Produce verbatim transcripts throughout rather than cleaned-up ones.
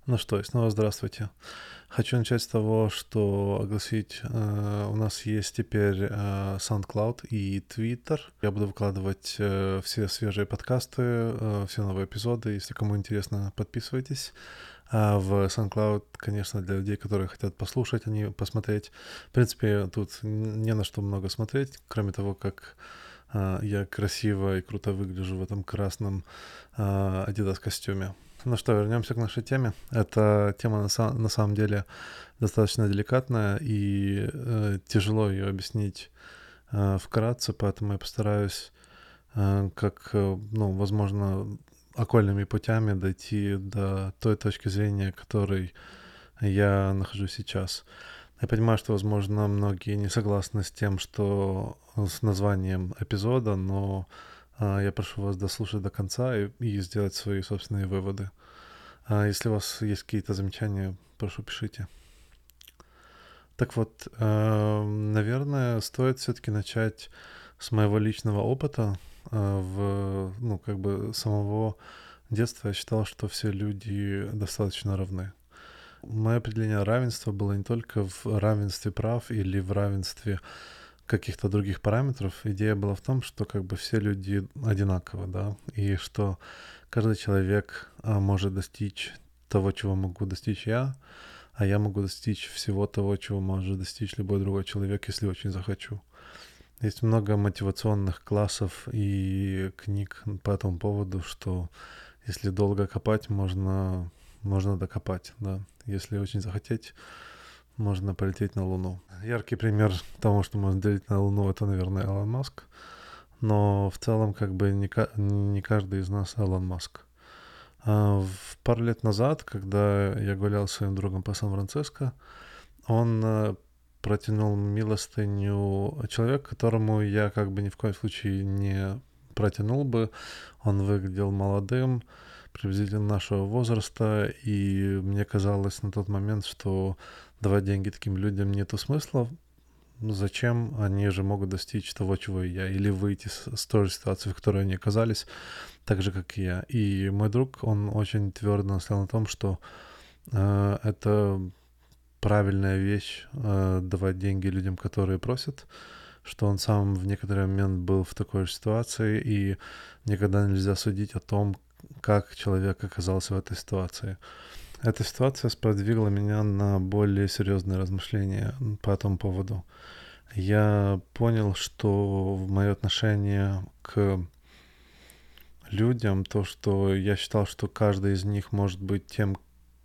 Ну что, и снова здравствуйте. Хочу начать с того, что огласить, э, у нас есть теперь э, SoundCloud и Twitter. Я буду выкладывать э, все свежие подкасты, э, все новые эпизоды. Если кому интересно, подписывайтесь. А в SoundCloud, конечно, для людей, которые хотят послушать, они посмотреть. В принципе, тут не на что много смотреть, кроме того, как э, я красиво и круто выгляжу в этом красном э, Adidas костюме. Ну что, вернемся к нашей теме. Эта тема на, са- на самом деле достаточно деликатная, и э, тяжело ее объяснить э, вкратце, поэтому я постараюсь, э, как, э, ну, возможно, окольными путями дойти до той точки зрения, которой я нахожусь сейчас. Я понимаю, что, возможно, многие не согласны с тем, что с названием эпизода, но э, я прошу вас дослушать до конца и, и сделать свои собственные выводы. А если у вас есть какие-то замечания, прошу, пишите. Так вот, э, наверное, стоит все-таки начать с моего личного опыта. Э, в, ну, как бы самого детства я считал, что все люди достаточно равны. Мое определение равенства было не только в равенстве прав или в равенстве каких-то других параметров. Идея была в том, что как бы все люди одинаковы, да, и что каждый человек а, может достичь того, чего могу достичь я, а я могу достичь всего того, чего может достичь любой другой человек, если очень захочу. Есть много мотивационных классов и книг по этому поводу, что если долго копать, можно, можно докопать, да. Если очень захотеть, можно полететь на Луну. Яркий пример того, что можно долететь на Луну, это, наверное, Илон Маск. Но в целом, как бы, не, не каждый из нас Илон Маск. А в пару лет назад, когда я гулял с своим другом по Сан-Франциско, он э, протянул милостыню человеку, которому я как бы ни в коем случае не протянул бы. Он выглядел молодым, приблизительно нашего возраста, и мне казалось на тот момент, что давать деньги таким людям нету смысла. Ну, зачем? Они же могут достичь того, чего и я, или выйти с, с той же ситуации, в которой они оказались, так же, как и я. И мой друг, он очень твердо настоял на том, что э, это правильная вещь э, давать деньги людям, которые просят, что он сам в некоторый момент был в такой же ситуации, и никогда нельзя судить о том, как человек оказался в этой ситуации. Эта ситуация сподвигла меня на более серьезные размышления по этому поводу. Я понял, что мое отношение к людям, то, что я считал, что каждый из них может быть тем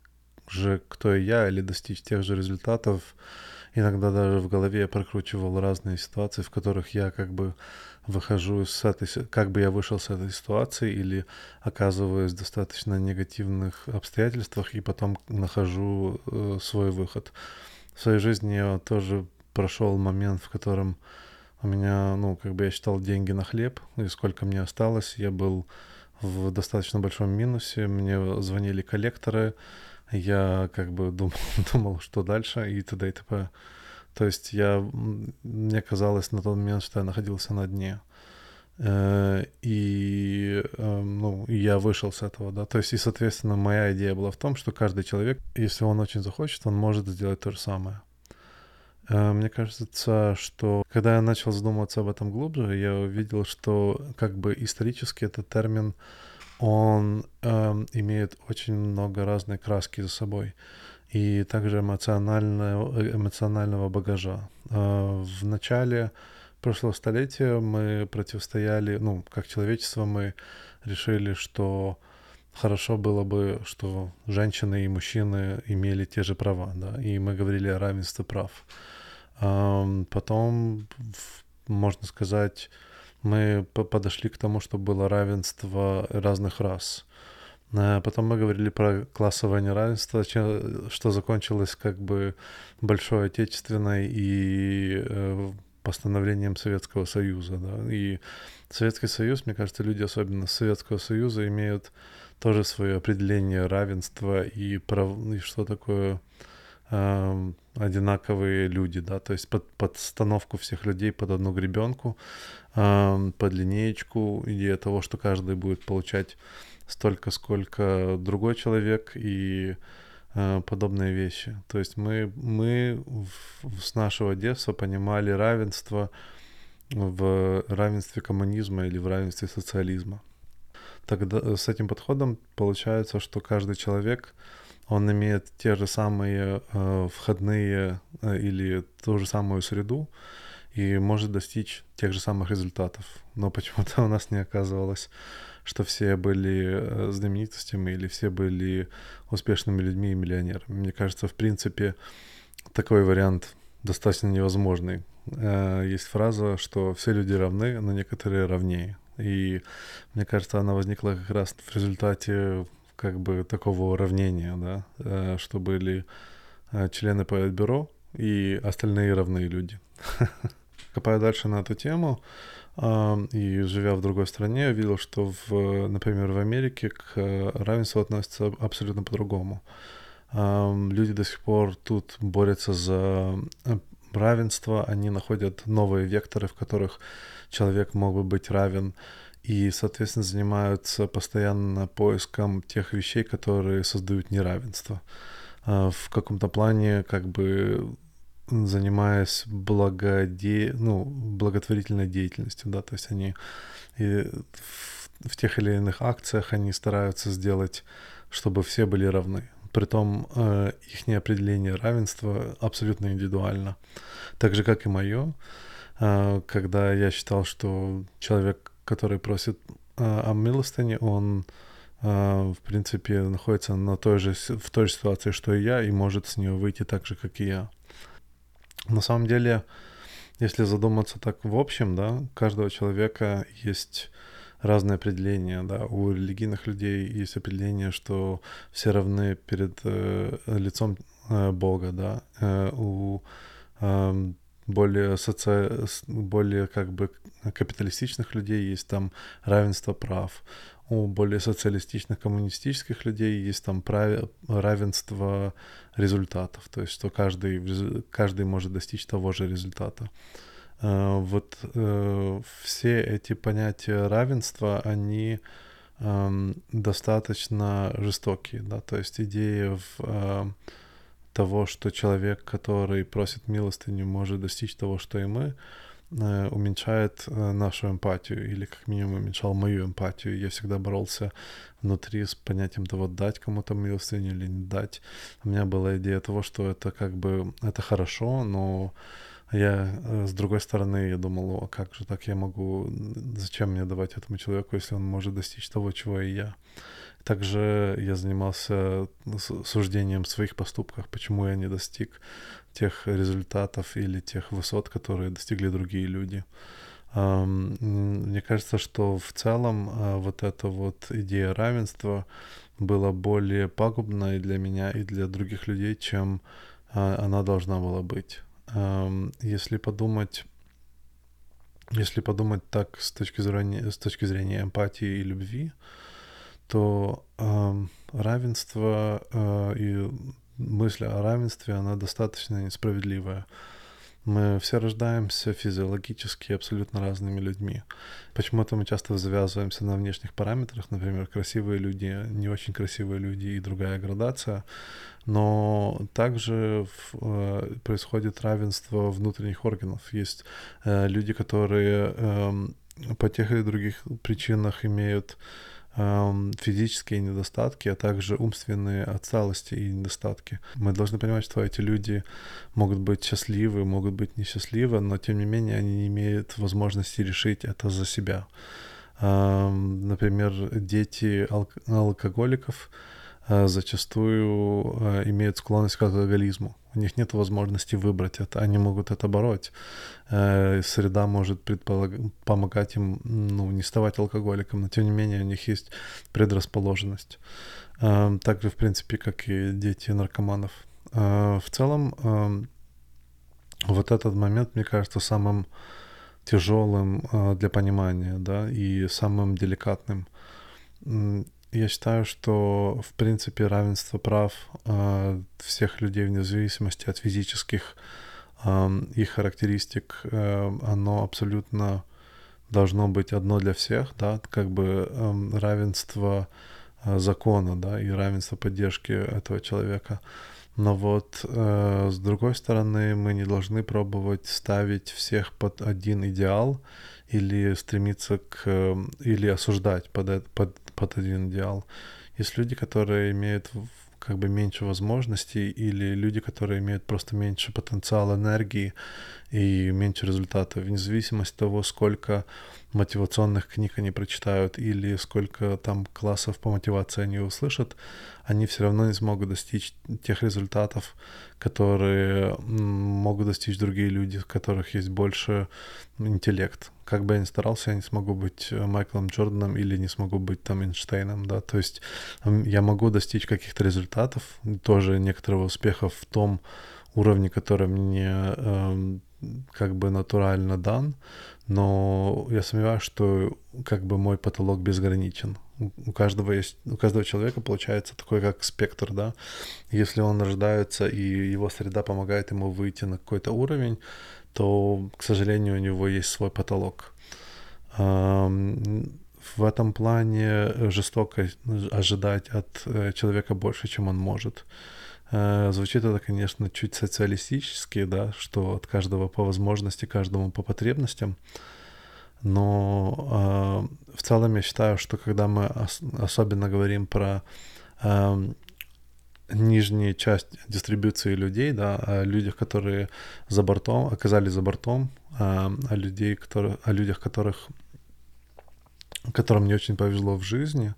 же, кто и я, или достичь тех же результатов. Иногда даже в голове я прокручивал разные ситуации, в которых я как бы выхожу с этой, как бы я вышел с этой ситуации, или оказываюсь в достаточно негативных обстоятельствах и потом нахожу э, свой выход. В своей жизни я тоже прошел момент, в котором у меня, ну, как бы я считал деньги на хлеб, и сколько мне осталось, я был в достаточно большом минусе, мне звонили коллекторы, я как бы думал, думал, что дальше, и т.д. и т.п. То есть я, мне казалось на тот момент, что я находился на дне. Э, И, э, ну, и я вышел с этого, да. То есть, и, соответственно, моя идея была в том, что каждый человек, если он очень захочет, он может сделать то же самое. Э, Мне кажется, что когда я начал задумываться об этом глубже, я увидел, что как бы исторически этот термин, он эм, имеет очень много разной краски за собой и также эмоционального, эмоционального багажа. Э, В начале прошлого столетия мы противостояли, ну, как человечество, мы решили, что хорошо было бы, что женщины и мужчины имели те же права, да, и мы говорили о равенстве прав. Ам, Потом, в- можно сказать, мы по- подошли к тому, что было равенство разных рас. Э, Потом мы говорили про классовое неравенство, че- что закончилось как бы Большой Отечественной и э, постановлением Советского Союза. Да. И Советский Союз, мне кажется, люди особенно с Советского Союза имеют тоже свое определение равенства и, прав... и что такое эм, одинаковые люди, да, то есть под подстановку всех людей под одну гребенку, эм, под линеечку, идея того, что каждый будет получать столько, сколько другой человек, и э, подобные вещи. То есть мы, мы в- с нашего детства понимали равенство в равенстве коммунизма или в равенстве социализма. Тогда э, с этим подходом получается, что каждый человек, он имеет те же самые э, входные э, или ту же самую среду и может достичь тех же самых результатов. Но почему-то у нас не оказывалось, что все были э, знаменитостями или все были успешными людьми и миллионерами. Мне кажется, в принципе, такой вариант достаточно невозможный. Э, Есть фраза, что все люди равны, но некоторые равнее. И мне кажется, она возникла как раз в результате как бы такого уравнения, да, э, что были э, члены Политбюро и остальные равные люди. Копая дальше на эту тему, а, и живя в другой стране, я видел, что, в, например, в Америке к э, равенству относятся абсолютно по-другому. Ам, Люди до сих пор тут борются за э, равенство, они находят новые векторы, в которых человек мог бы быть равен, и, соответственно, занимаются постоянно поиском тех вещей, которые создают неравенство. А, В каком-то плане, как бы занимаясь благоде... ну, благотворительной деятельностью, да, то есть они и в, в тех или иных акциях они стараются сделать, чтобы все были равны. Притом э, их определение равенства абсолютно индивидуально. Так же, как и мое, э, когда я считал, что человек, который просит э, о милостыне, он э, в принципе находится на той же, с- в той же ситуации, что и я, и может с нее выйти так же, как и я. На самом деле, если задуматься так в общем, да, у каждого человека есть разные определения, да, у религийных людей есть определение, что все равны перед э, лицом э, Бога, да, э, у эм, более соци... с- более как бы капиталистичных людей есть там равенство прав, у более социалистичных, коммунистических людей есть там прави- равенство результатов, то есть что каждый, в резу- каждый может достичь того же результата. Э, Вот э, все эти понятия равенства, они эм, достаточно жестокие, да, то есть идея в, э, того, что человек, который просит милостыню, может достичь того, что и мы, э, уменьшает э, нашу эмпатию, или как минимум уменьшал мою эмпатию. Я всегда боролся внутри с понятием того, дать кому-то милостыню или не дать. У меня была идея того, что это как бы, это хорошо, но я, э, с другой стороны, я думал, а как же так я могу, зачем мне давать этому человеку, если он может достичь того, чего и я. Также я занимался с- суждением в своих поступках, почему я не достиг тех результатов или тех высот, которые достигли другие люди. Ам, м, Мне кажется, что в целом а, вот эта вот идея равенства была более пагубной для меня и для других людей, чем а, она должна была быть. Ам, Если подумать, если подумать так с точки зрения, с точки зрения эмпатии и любви, то ам, равенство э, и мысль о равенстве, она достаточно несправедливая. Мы все рождаемся физиологически абсолютно разными людьми. Почему-то мы часто завязываемся на внешних параметрах, например, красивые люди, не очень красивые люди и другая градация, но также в, э, происходит равенство внутренних органов. Есть э, люди, которые эм, по тех или других причинах имеют эм, физические недостатки, а также умственные отсталости и недостатки. Мы должны понимать, что эти люди могут быть счастливы, могут быть несчастливы, но тем не менее они не имеют возможности решить это за себя. Эм, Например, дети алк- алкоголиков э, зачастую э, имеют склонность к алкоголизму. У них нет возможности выбрать это, они могут это бороть. Э, Среда может предполаг- помогать им, ну, не ставать алкоголиком, но тем не менее у них есть предрасположенность. Э, Так же, в принципе, как и дети наркоманов. Э, В целом, эм, вот этот момент, мне кажется, самым тяжелым э, для понимания, да, и самым деликатным. М, Я считаю, что, в принципе, равенство прав э, всех людей вне зависимости от физических ам, их характеристик, э, оно абсолютно должно быть одно для всех, да, как бы эм, равенство э, закона, да, и равенства поддержки этого человека. Но вот э, с другой стороны, мы не должны пробовать ставить всех под один идеал или стремиться к... э, или осуждать под, эт- под, под один идеал. Есть люди, которые имеют в- как бы меньше возможностей, или люди, которые имеют просто меньше потенциала энергии и меньше результатов, вне зависимости от того, сколько мотивационных книг они прочитают или сколько там классов по мотивации они услышат, они все равно не смогут достичь тех результатов, которые м, могут достичь другие люди, у которых есть больше интеллект. Как бы я ни старался, я не смогу быть э, Майклом Джорданом или не смогу быть там Эйнштейном, да, то есть м, я могу достичь каких-то результатов, тоже некоторого успеха в том уровне, который мне эм, как бы натурально дан, но я сомневаюсь, что как бы мой потолок безграничен. У у каждого есть, у каждого человека получается такой как спектр, да. Если он рождается и его среда помогает ему выйти на какой-то уровень, то, к сожалению, у него есть свой потолок. Ам, В этом плане жестоко ожидать от э, человека больше, чем он может. Э, Звучит это, конечно, чуть социалистически, да, что от каждого по возможности, каждому по потребностям. Но э, в целом я считаю, что когда мы ос- особенно говорим про эм, нижнюю часть дистрибуции людей, да, о людях, которые за бортом, оказались за бортом, а, о, людей, которые, о людях, которых, которым не очень повезло в жизни,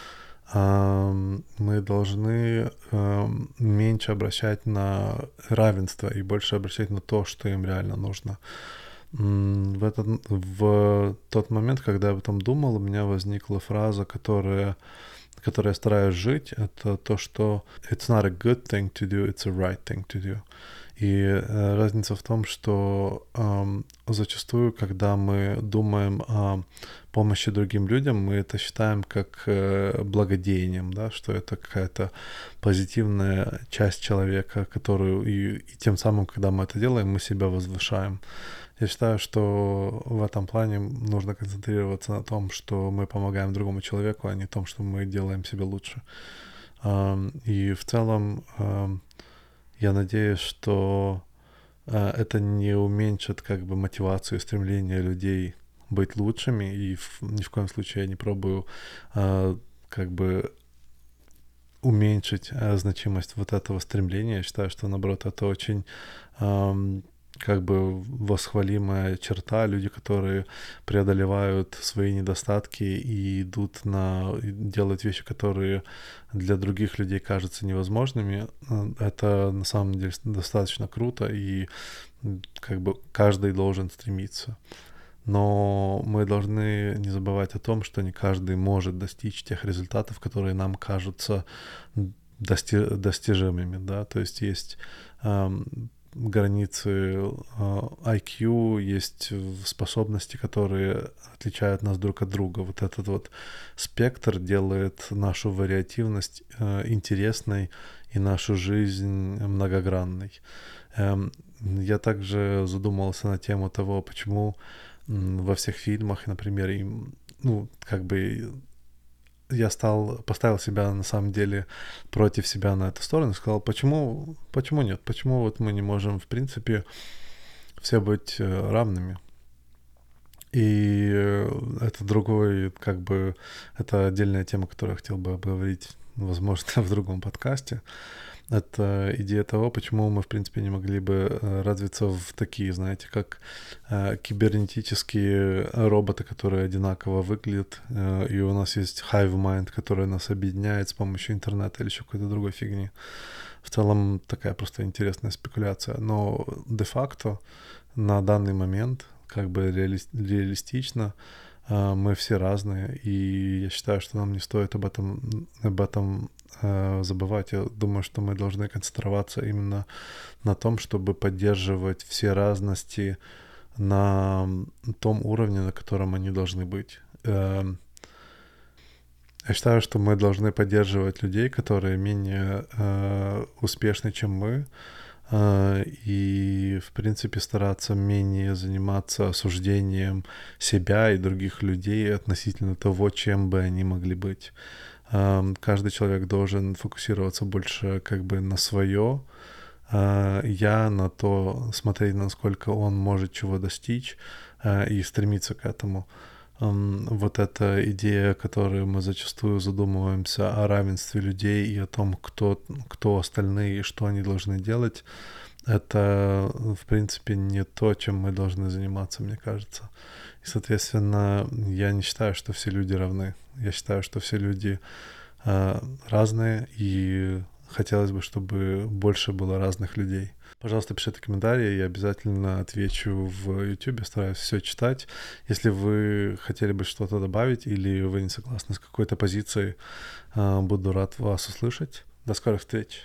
а, мы должны а, меньше обращать на равенство и больше обращать на то, что им реально нужно. М, В, этот, в тот момент, когда я об этом думал, у меня возникла фраза, которая которой я стараюсь жить, это то, что it's not a good thing to do, it's a right thing to do. И э, разница в том, что эм, зачастую, когда мы думаем о помощи другим людям, мы это считаем как э, благодеянием, да, что это какая-то позитивная часть человека, которую и, и тем самым, когда мы это делаем, мы себя возвышаем. Я считаю, что в этом плане нужно концентрироваться на том, что мы помогаем другому человеку, а не том, что мы делаем себе лучше. Ам, И в целом ам, я надеюсь, что а, это не уменьшит как бы мотивацию и стремление людей быть лучшими, и в- ни в коем случае я не пробую а, как бы уменьшить а, значимость вот этого стремления. Я считаю, что наоборот это очень ам, как бы восхвалимая черта, люди, которые преодолевают свои недостатки и идут на и делают вещи, которые для других людей кажутся невозможными. э, Это на самом деле достаточно круто, и м, как бы каждый должен стремиться. Но мы должны не забывать о том, что не каждый может достичь тех результатов, которые нам кажутся дости- достижимыми, да, то есть есть эм, границы э, ай кью, есть способности, которые отличают нас друг от друга. Вот этот вот спектр делает нашу вариативность э, интересной и нашу жизнь многогранной. Эм, я также задумался на тему того, почему м, во всех фильмах, например, им, ну, как бы я стал, поставил себя на самом деле против себя на эту сторону, сказал, почему, почему нет, почему вот мы не можем, в принципе, все быть э, равными. И э, это другой, как бы, это отдельная тема, которую я хотел бы обговорить, возможно, в другом подкасте. Это идея того, почему мы, в принципе, не могли бы э, развиться в такие, знаете, как э, кибернетические роботы, которые одинаково выглядят, э, и у нас есть hive mind, который нас объединяет с помощью интернета или еще какой-то другой фигни. В целом такая просто интересная спекуляция. Но де-факто на данный момент, как бы реали- реалистично, э, мы все разные, и я считаю, что нам не стоит об этом, об этом э, забывать. Я думаю, что мы должны концентрироваться именно на том, чтобы поддерживать все разности на том уровне, на котором они должны быть. Эм, Я считаю, что мы должны поддерживать людей, которые менее э, успешны, чем мы, э, и, в принципе, стараться менее заниматься осуждением себя и других людей относительно того, чем бы они могли быть. Ам, Каждый человек должен фокусироваться больше как бы на свое, а, я на то смотреть, насколько он может чего достичь, а, и стремиться к этому. Ам, Вот эта идея, которую мы зачастую задумываемся о равенстве людей и о том, кто, кто остальные и что они должны делать, это, в принципе, не то, чем мы должны заниматься, мне кажется. И, соответственно, я не считаю, что все люди равны. Я считаю, что все люди а, разные, и хотелось бы, чтобы больше было разных людей. Пожалуйста, пишите комментарии, я обязательно отвечу в YouTube, стараюсь все читать. Если вы хотели бы что-то добавить или вы не согласны с какой-то позицией, а, буду рад вас услышать. До скорых встреч!